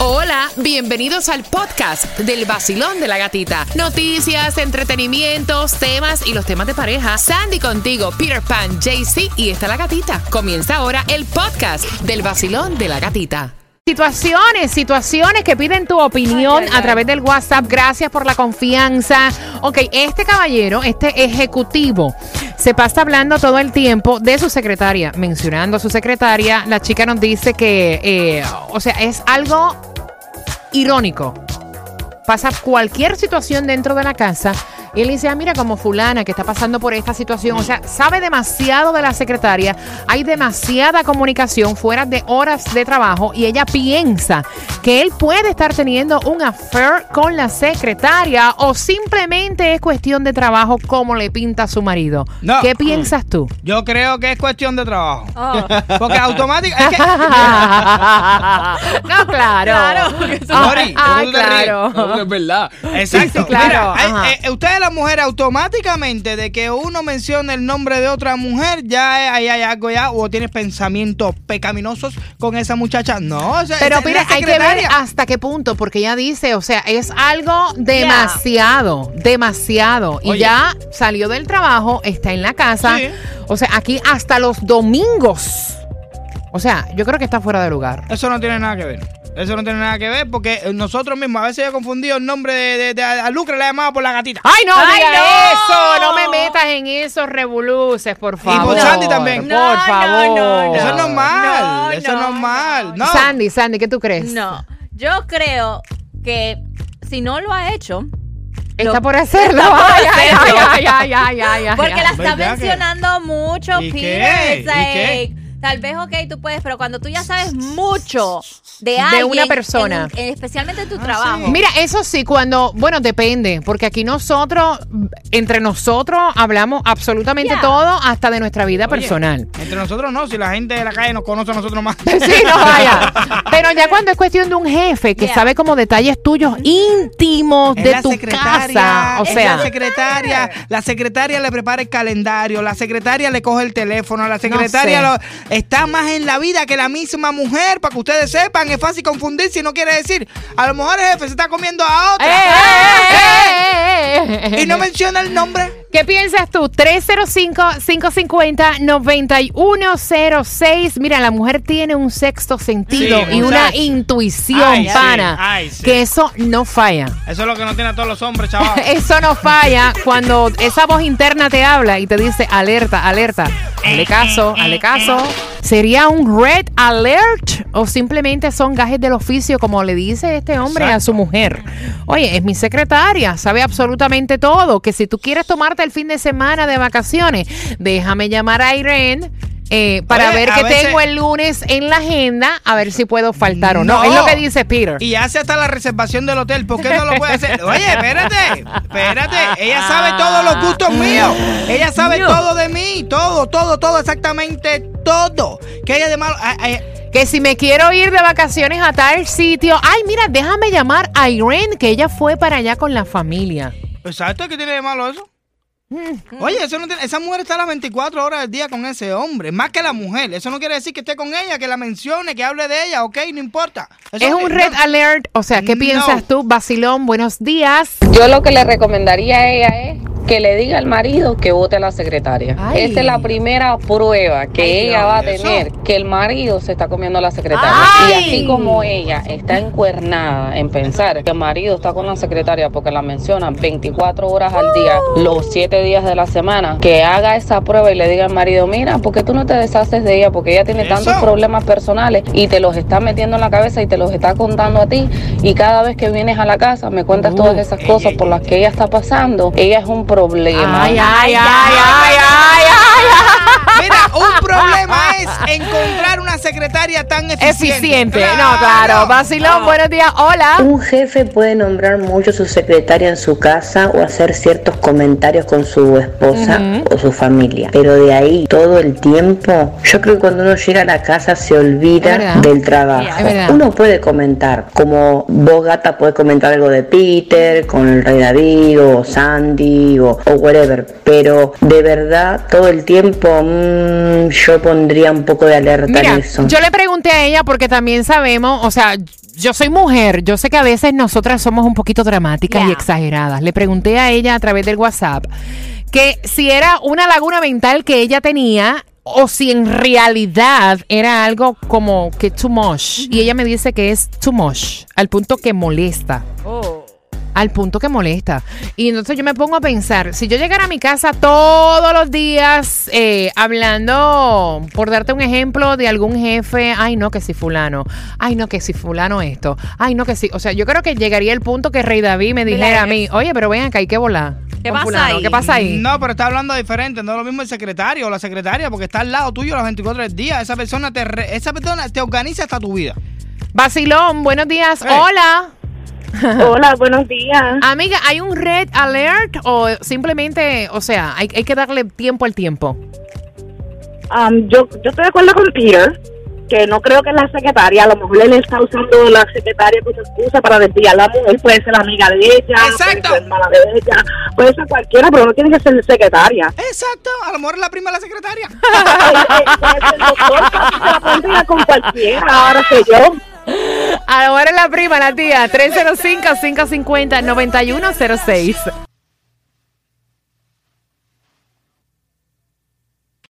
Hola, bienvenidos al podcast del Vacilón de la Gatita. Noticias, entretenimientos, temas y los temas de pareja. Sandy contigo, Peter Pan, JC y está la gatita. Comienza ahora el podcast del Vacilón de la Gatita. Situaciones que piden tu opinión a través del WhatsApp. Gracias por la confianza. Ok, este caballero, este ejecutivo, se pasa hablando todo el tiempo de su secretaria, mencionando a su secretaria. La chica nos dice que, es algo irónico. Pasa cualquier situación dentro de la casa y él dice, mira, como fulana que está pasando por esta situación. O sea, sabe demasiado de la secretaria. Hay demasiada comunicación fuera de horas de trabajo y ella piensa que él puede estar teniendo un affair con la secretaria o simplemente es cuestión de trabajo como le pinta a su marido. No. ¿Qué piensas tú? Yo creo que es cuestión de trabajo. Porque automáticamente... Es que... No, claro. Claro. No, es verdad. Exacto. Sí, claro. Mira, ustedes las mujeres automáticamente de que uno mencione el nombre de otra mujer, ya hay algo ya, o tienes pensamientos pecaminosos con esa muchacha. No, o sea, pero mira, hay que ver hasta qué punto, porque ella dice, o sea, es algo demasiado. Y oye, ya salió del trabajo, está en la casa. Sí. O sea, aquí hasta los domingos. O sea, yo creo que está fuera de lugar. Eso no tiene nada que ver. Eso no tiene nada que ver porque nosotros mismos, a veces yo he confundido el nombre de a Lucre, le he llamado por la gatita. ¡Ay, no! ¡Diga eso! No me metas en esos revoluces, por favor. Y por Sandy también. Por favor. No. Eso es normal. Eso es normal. No. Sandy, ¿qué tú crees? No, yo creo que si no lo ha hecho... Está por hacerlo. Ay. Porque la está mencionando mucho, Peter. ¿Y qué? Tal vez, tú puedes, pero cuando tú ya sabes mucho de alguien, una persona, especialmente en tu trabajo. Sí. Mira, eso sí, depende, porque aquí entre nosotros hablamos absolutamente todo, hasta de nuestra vida personal. Entre nosotros no, si la gente de la calle nos conoce a nosotros más. Sí, no vaya. Pero ya cuando es cuestión de un jefe que sabe como detalles tuyos íntimos de tu casa, o sea, la secretaria le prepara el calendario, la secretaria le coge el teléfono, la secretaria está más en la vida que la misma mujer, para que ustedes sepan. Es fácil confundir si no quiere decir. A lo mejor el jefe se está comiendo a otra. Y no menciona el nombre. ¿Qué piensas tú? 305-550-9106. Mira, la mujer tiene un sexto sentido y una intuición, pana, que eso no falla. Eso es lo que no tienen todos los hombres, chaval. Eso no falla cuando esa voz interna te habla y te dice, alerta. Hazle caso. ¿Sería un red alert o simplemente son gajes del oficio, como le dice este hombre a su mujer? Oye, es mi secretaria, sabe absolutamente todo, que si tú quieres tomarte el fin de semana de vacaciones, déjame llamar a Irene para ver qué tengo el lunes en la agenda, a ver si puedo faltar o no. Es lo que dice Peter. Y hace hasta la reservación del hotel. ¿Por qué no lo puede hacer? Oye, espérate. Ella sabe todos los gustos míos. Ella sabe todo de mí. Todo, exactamente todo. Que ella de malo... Que si me quiero ir de vacaciones a tal sitio, mira, déjame llamar a Irene, que ella fue para allá con la familia. Exacto, ¿qué tiene de malo eso? Oye, esa mujer está a las 24 horas del día con ese hombre, más que la mujer. Eso no quiere decir que esté con ella, que la mencione, que hable de ella, ok, no importa. Eso es un red alert, o sea, ¿qué piensas tú, Vacilón? Buenos días. Yo lo que le recomendaría a ella es que le diga al marido que vote a la secretaria. Esa es la primera prueba que ella va a tener, que el marido se está comiendo a la secretaria. Y así como ella está encuernada en pensar que el marido está con la secretaria porque la mencionan 24 horas al día, los 7 días de la semana, que haga esa prueba y le diga al marido, mira, ¿por qué tú no te deshaces de ella? Porque ella tiene tantos problemas personales y te los está metiendo en la cabeza y te los está contando a ti, y cada vez que vienes a la casa me cuentas todas esas cosas por las que ella está pasando. Ella es un problema. Mira, un problema es encontrar una secretaria tan eficiente. Claro. Vacilón, buenos días, hola. Un jefe puede nombrar mucho a su secretaria en su casa o hacer ciertos comentarios con su esposa o su familia, pero de ahí todo el tiempo, yo creo que cuando uno llega a la casa se olvida del trabajo. Uno puede comentar, como vos, gata, podés comentar algo de Peter con el Rey David o Sandy o whatever, pero de verdad todo el tiempo yo pondría un poco de alerta en eso. Yo le pregunté a ella porque también sabemos, o sea, yo soy mujer, yo sé que a veces nosotras somos un poquito dramáticas y exageradas. Le pregunté a ella a través del WhatsApp que si era una laguna mental que ella tenía o si en realidad era algo como que too much. Y ella me dice que es too much, al punto que molesta. Al punto que molesta. Y entonces yo me pongo a pensar, si yo llegara a mi casa todos los días hablando, por darte un ejemplo, de algún jefe, ay no, que si fulano, ay no, que si fulano esto, ay no, que si, o sea, yo creo que llegaría el punto que Rey David me dijera a mí, oye, pero ven acá, hay que volar. ¿Qué pasa ahí? ¿Qué pasa ahí? No, pero está hablando diferente. No es lo mismo el secretario o la secretaria, porque está al lado tuyo las 24 del día. Esa persona te organiza hasta tu vida. Vacilón, buenos días. Hola. Hola, buenos días. Amiga, ¿hay un red alert o simplemente, o sea, hay que darle tiempo al tiempo? Yo estoy de acuerdo con Peter, que no creo que es la secretaria. A lo mejor él está usando la secretaria como excusa para desviar a la mujer. Puede ser la amiga de ella, Exacto. puede ser hermana de ella, puede ser cualquiera, pero no tiene que ser secretaria. Exacto, a lo mejor es la prima de la secretaria. Puede ser el doctor, se la pondría con cualquiera, ahora sé yo. Ahora es la prima, la tía. 305-550-9106.